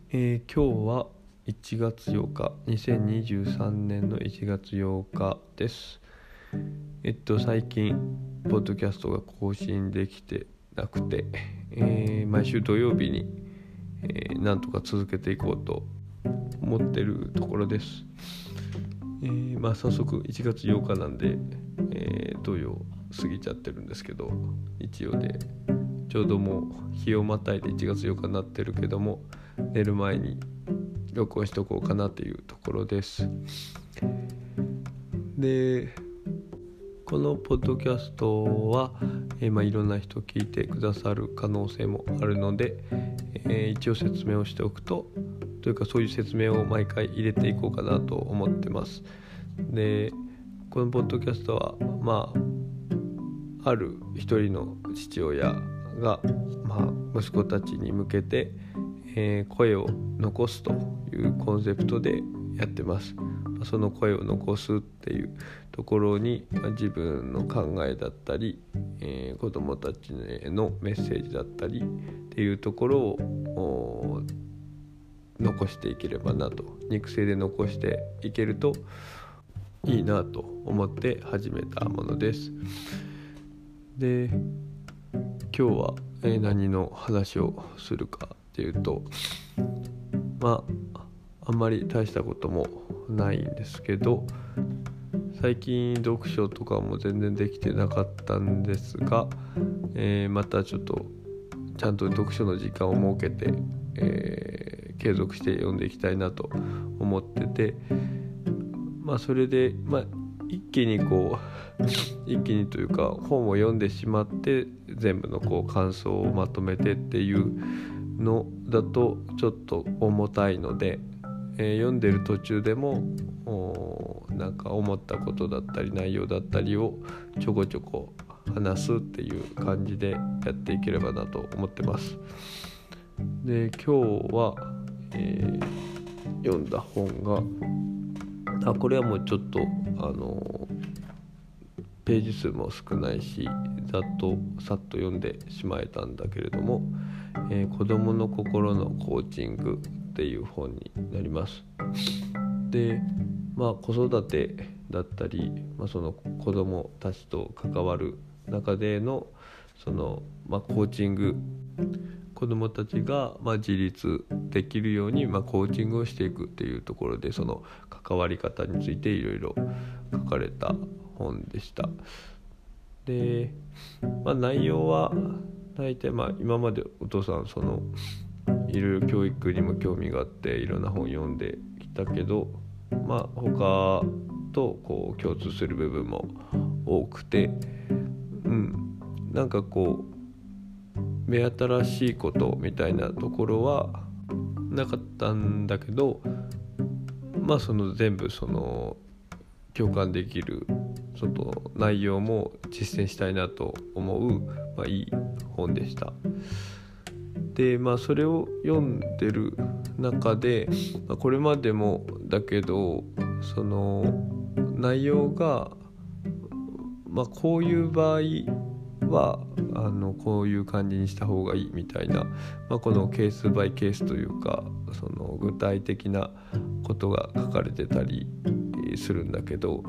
今日は1月8日、2023年の1月8日です。最近ポッドキャストが更新できてなくて、毎週土曜日に、なんとか続けていこうと思ってるところです。早速1月8日なんで、土曜過ぎちゃってるんですけど、日曜でちょうどもう日をまたいで1月8日になってるけども、寝る前に録音しとこうかなというところです。で、このポッドキャストは、いろんな人聞いてくださる可能性もあるので、一応説明をしておくというか、そういう説明を毎回入れていこうかなと思ってます。で、このポッドキャストはある一人の父親が、息子たちに向けて、声を残すというコンセプトでやってます。その声を残すっていうところに、自分の考えだったり、子どもたちへのメッセージだったりっていうところを残していければなと、肉声で残していけるといいなと思って始めたものです。で、今日は何の話をするかっていうと、あんまり大したこともないんですけど、最近読書とかも全然できてなかったんですが、またちょっとちゃんと読書の時間を設けて、継続して読んでいきたいなと思ってて、それで、一気にというか本を読んでしまって全部の感想をまとめてっていうのだとちょっと重たいので、読んでる途中でもなんか思ったことだったり内容だったりをちょこちょこ話すっていう感じでやっていければなと思ってます。で、今日は、読んだ本がこれはもうちょっとページ数も少ないしさっと読んでしまえたんだけれども、子どもの心のコーチングっていう本になります。で、子育てだったり、その子どもたちと関わる中でのその、コーチング、子どもたちが自立できるようにコーチングをしていくっていうところで、その関わり方についていろいろ書かれた本でした。で、内容は大体今までお父さんいろいろ教育にも興味があっていろんな本読んできたけど、他と共通する部分も多くて、なんか目新しいことみたいなところはなかったんだけど、全部共感できる内容も実践したいなと思う、いい本でした。で、それを読んでる中で、これまでもだけどその内容が、こういう場合はこういう感じにした方がいいみたいな、このケースバイケースというか、具体的なことが書かれてたりするんだけど、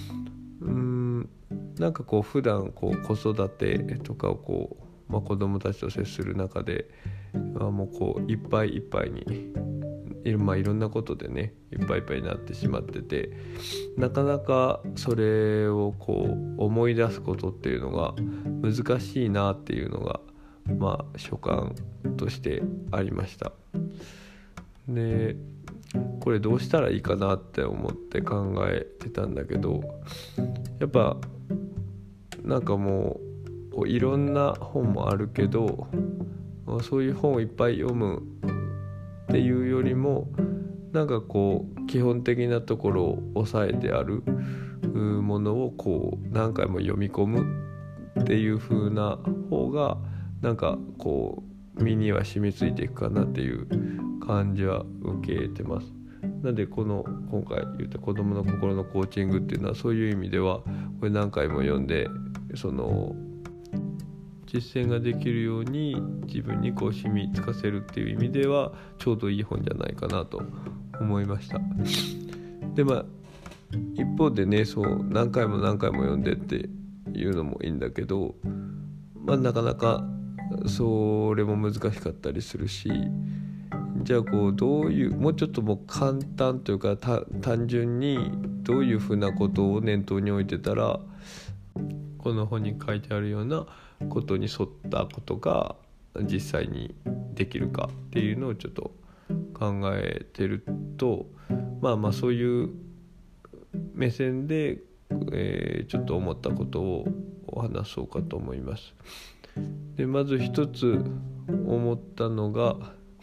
なんか普段子育てとかを子供たちと接する中で、もういっぱいいっぱいにいろんなことでねいっぱいいっぱいになってしまってて、なかなかそれを思い出すことっていうのが難しいなっていうのが所感としてありました。で、これどうしたらいいかなって思って考えてたんだけど、やっぱなんかもういろんな本もあるけど、そういう本をいっぱい読むっていうよりも、なんか基本的なところを抑えてあるものを何回も読み込むっていう風な方がなんか身には染みついていくかなっていう感じは受けてます。なので今回言った子どもの心のコーチングっていうのはそういう意味ではこれ何回も読んで実践ができるように自分にこう染みつかせるっていう意味ではちょうどいい本じゃないかなと思いました。で一方でね、そう何回も何回も読んでっていうのもいいんだけど、なかなかそれも難しかったりするし、じゃあこうどういうもうちょっともう簡単というか単純にどういうふうなことを念頭に置いてたらこの本に書いてあるようなことに沿ったことが実際にできるかっていうのをちょっと考えてると、そういう目線で、ちょっと思ったことを話そうかと思います。でまず一つ思ったのが、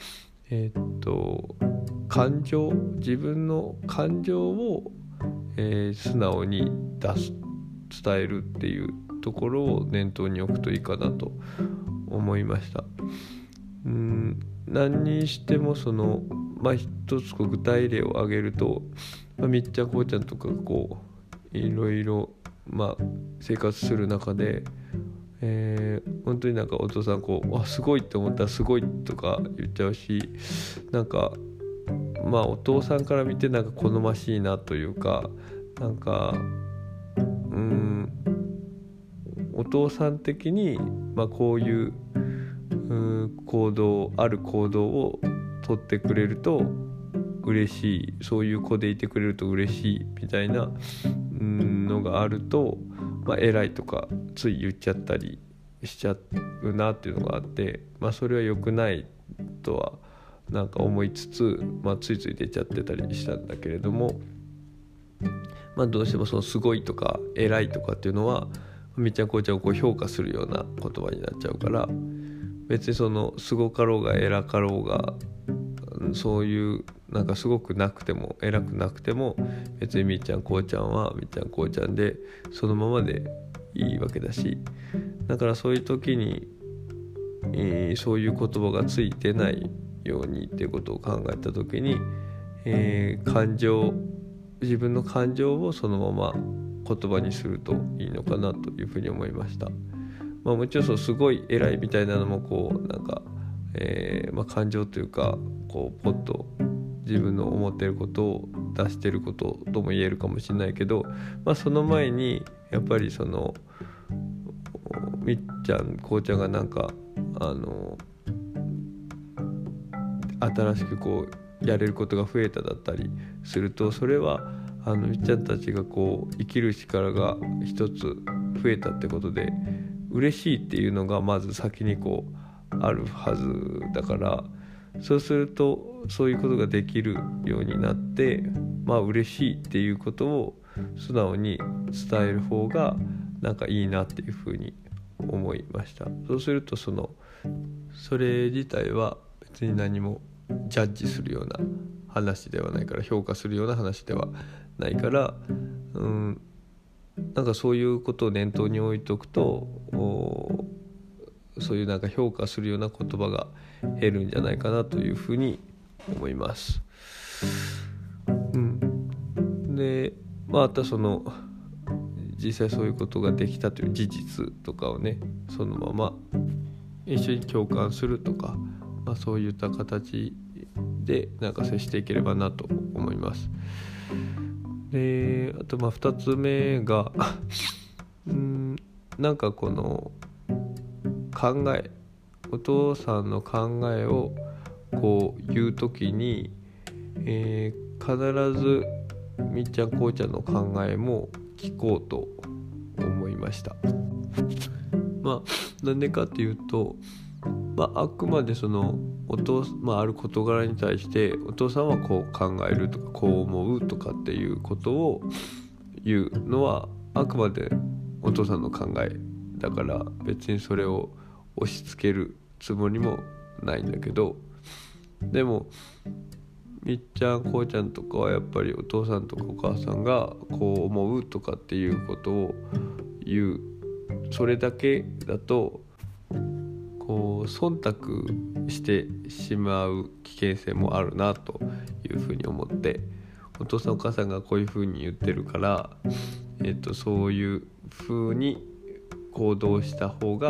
自分の感情を、素直に伝えるっていうところを念頭に置くといいかなと思いました。何にしても一つ具体例を挙げると、みっちゃんこうちゃんとかこういろいろ生活する中で、本当になんかお父さんすごいって思ったらすごいとか言っちゃうし、なんかお父さんから見てなんか好ましいなというか、なんかお父さん的にこういう行動をとってくれると嬉しい、そういう子でいてくれると嬉しいみたいなのがあると、偉いとかつい言っちゃったりしちゃうなっていうのがあって、それは良くないとはなんか思いつつ、ついつい出ちゃってたりしたんだけれども、どうしてもそのすごいとか偉いとかっていうのはみっちゃんこうちゃんを評価するような言葉になっちゃうから、別にすごかろうが偉かろうがそういうなんかすごくなくても偉くなくても別にみっちゃんこうちゃんはみっちゃんこうちゃんでそのままでいいわけだし、だからそういう時に、そういう言葉がついてないようにっていうことを考えた時に、自分の感情をそのまま言葉にするといいのかなというふうに思いました。もちろんすごい偉いみたいなのもなんか、感情というかポッと自分の思っていることを出していることとも言えるかもしれないけど、その前にやっぱりみっちゃんこうちゃんがなんか新しくやれることが増えただったりすると、それはみっちゃんたちが生きる力が一つ増えたってことで嬉しいっていうのがまず先にあるはずだから、そうするとそういうことができるようになって、嬉しいっていうことを素直に伝える方がなんかいいなっていうふうに思いました。そうするとそれ自体は別に何もジャッジするような話ではないから、評価するような話ではないから、なんかそういうことを念頭に置いとくとそういうなんか評価するような言葉が減るんじゃないかなというふうに思います。であと実際そういうことができたという事実とかをね、そのまま一緒に共感するとか、そういった形でなんか接していければなと思います。であと2つ目がなんかお父さんの考えを言うときに、必ずみっちゃんこうちゃんの考えも聞こうと思いました。なんでかっていうと、あくまである事柄に対してお父さんはこう考えるとかこう思うとかっていうことを言うのはあくまでお父さんの考えだから、別にそれを押し付けるつもりもないんだけど、でもみっちゃんこうちゃんとかはやっぱりお父さんとかお母さんがこう思うとかっていうことを言う、それだけだと忖度してしまう危険性もあるなというふうに思って、お父さんお母さんがこういうふうに言ってるから、そういうふうに行動した方が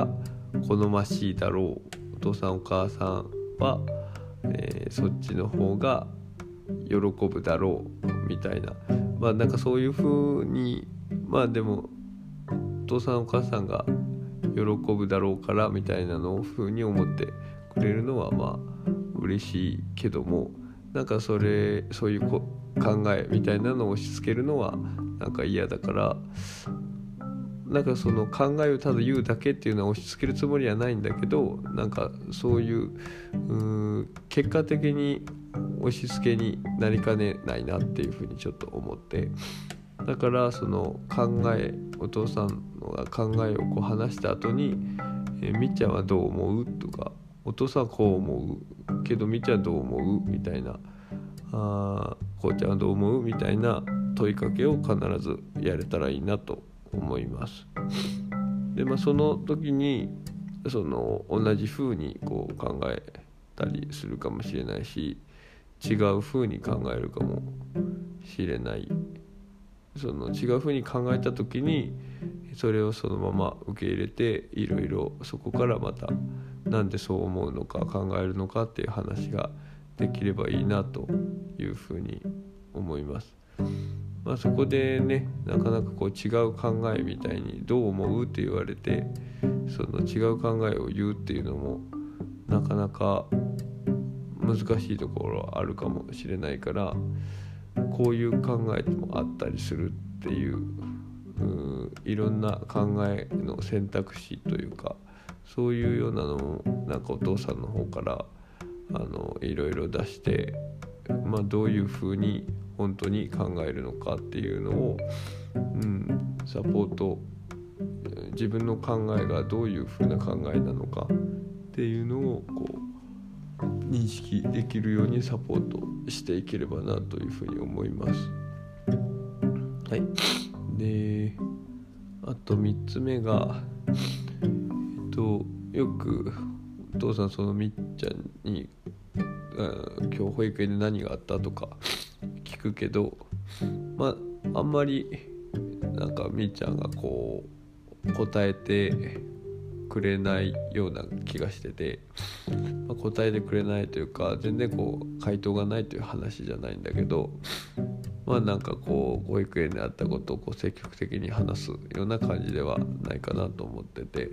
好ましいだろう、お父さんお母さんは、そっちの方が喜ぶだろうみたいな、なんかそういう風にでもお父さんお母さんが喜ぶだろうからみたいなのを風に思ってくれるのは嬉しいけども、なんかそういう考えみたいなのを押し付けるのはなんか嫌だから、なんかその考えをただ言うだけっていうのは押し付けるつもりはないんだけど、なんかそういう結果的に押し付けになりかねないなっていうふうにちょっと思って、だからそのお父さんの考えを話した後に、みっちゃんはどう思うとか、お父さんはこう思うけどみっちゃんはどう思うみたいな、こうちゃんはどう思うみたいな問いかけを必ずやれたらいいなと思います。で、その時に同じ風に考えたりするかもしれないし、違う風に考えるかもしれない。違う風に考えた時にそれをそのまま受け入れて、いろいろそこからまたなんでそう思うのか考えるのかっていう話ができればいいなという風に思います。そこでね、なかなか違う考えみたいにどう思うって言われて、その違う考えを言うっていうのもなかなか難しいところはあるかもしれないから、こういう考えもあったりするっていう、いろんな考えの選択肢というか、そういうようなのもなんかお父さんの方からいろいろ出して、どういうふうに本当に考えるのかっていうのを、サポート、自分の考えがどういうふうな考えなのかっていうのを認識できるようにサポートしていければなというふうに思います。はい。で、あと3つ目が、よくお父さんみっちゃんに今日保育園で何があったとか聞くけど、あんまりなんかみっちゃんが答えてくれないような気がしてて、答えてくれないというか全然回答がないという話じゃないんだけど、なんか保育園であったことを積極的に話すような感じではないかなと思ってて、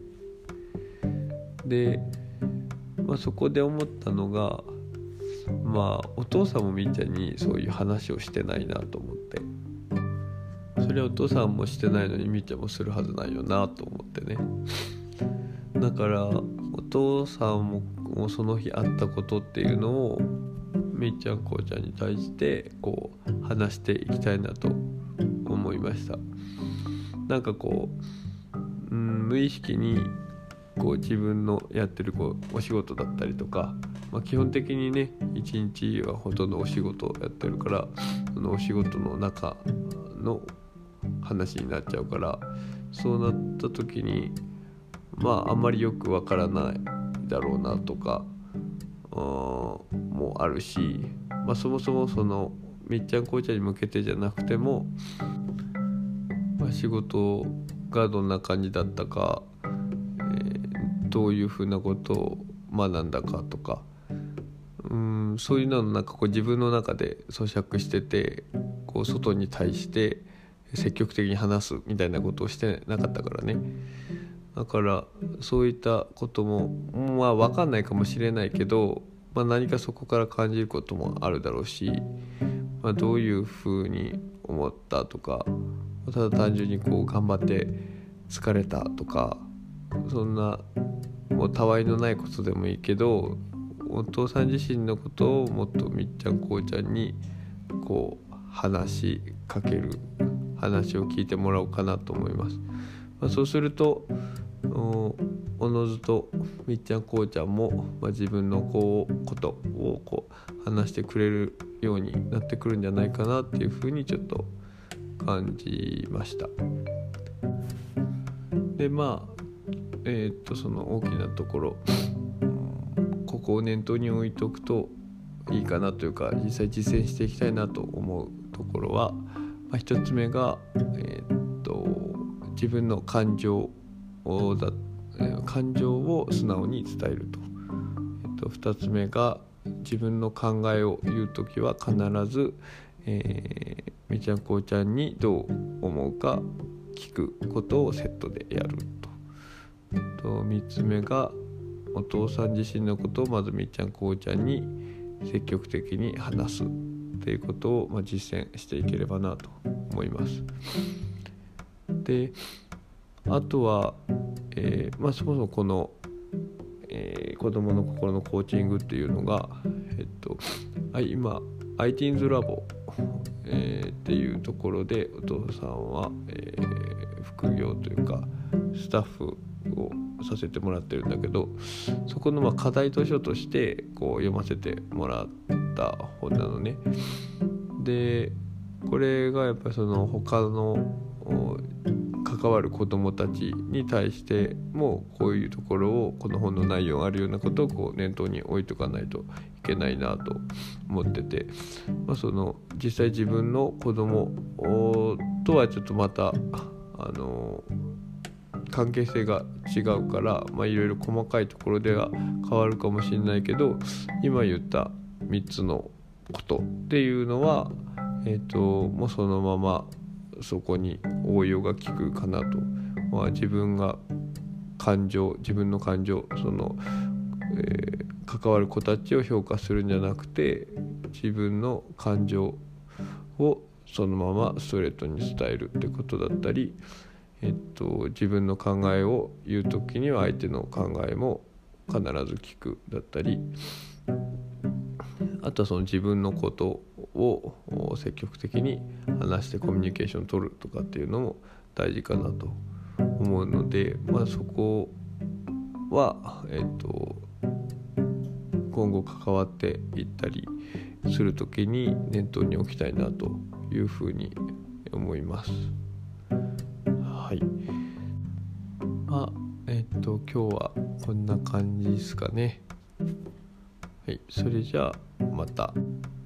で、そこで思ったのが、お父さんもみっちゃんにそういう話をしてないなと思って、それはお父さんもしてないのにみっちゃんもするはずないよなと思ってね。だからお父さんもその日あったことっていうのをみっちゃんこうちゃんに対して話していきたいなと思いました。なんか無意識に自分のやってるお仕事だったりとか、基本的にね一日はほとんどお仕事をやってるから、そのお仕事の中の話になっちゃうから、そうなった時にあんまりよくわからないだろうなとかもあるし、そもそもみっちゃんこうちゃんに向けてじゃなくても、仕事がどんな感じだったか、どういうふうなことを学んだかとか、そういうのなんか自分の中で咀嚼してて、外に対して積極的に話すみたいなことをしてなかったからね。だからそういったことも分かんないかもしれないけど、何かそこから感じることもあるだろうし、どういうふうに思ったとか、ただ単純に頑張って疲れたとか、そんなたわいのないことでもいいけど、お父さん自身のことをもっとみっちゃんこうちゃんに話しかける、話を聞いてもらおうかなと思います。そうするとおのずとみっちゃんこうちゃんも、自分のことを話してくれるようになってくるんじゃないかなっていうふうにちょっと感じました。でその大きなところ、ここを念頭に置いとくといいかなというか、実際実践していきたいなと思うところは、一つ目が、自分の感情感情を素直に伝えると、2つ目が自分の考えを言うときは必ず、みちゃんこうちゃんにどう思うか聞くことをセットでやると、3つ目がお父さん自身のことをまずみちゃんこうちゃんに積極的に話すっていうことを、実践していければなと思います。で、あとは、そもそもこの、子どもの心のコーチングっていうのが、今 iTeens ラボ、っていうところでお父さんは、副業というかスタッフをさせてもらってるんだけど、そこの課題図書としてこう読ませてもらった本なのね。でこれがやっぱりその他の関わる子どもたちに対してもこういうところをこの本の内容あるようなことをこう念頭に置いとかないといけないなと思ってて、その実際自分の子どもとはちょっとまた関係性が違うから、いろいろ細かいところでは変わるかもしれないけど、今言った3つのことっていうのは、もうそのままそこに応用が効くかなと、自分の感情、その、関わる子たちを評価するんじゃなくて、自分の感情をそのままストレートに伝えるってことだったり、自分の考えを言うときには相手の考えも必ず聞くだったり、あとはその自分のことを積極的に話してコミュニケーションを取るとかっていうのも大事かなと思うので、そこは、今後関わっていったりするときに念頭に置きたいなというふうに思います。はい。今日はこんな感じですかね。はい、それじゃあまた。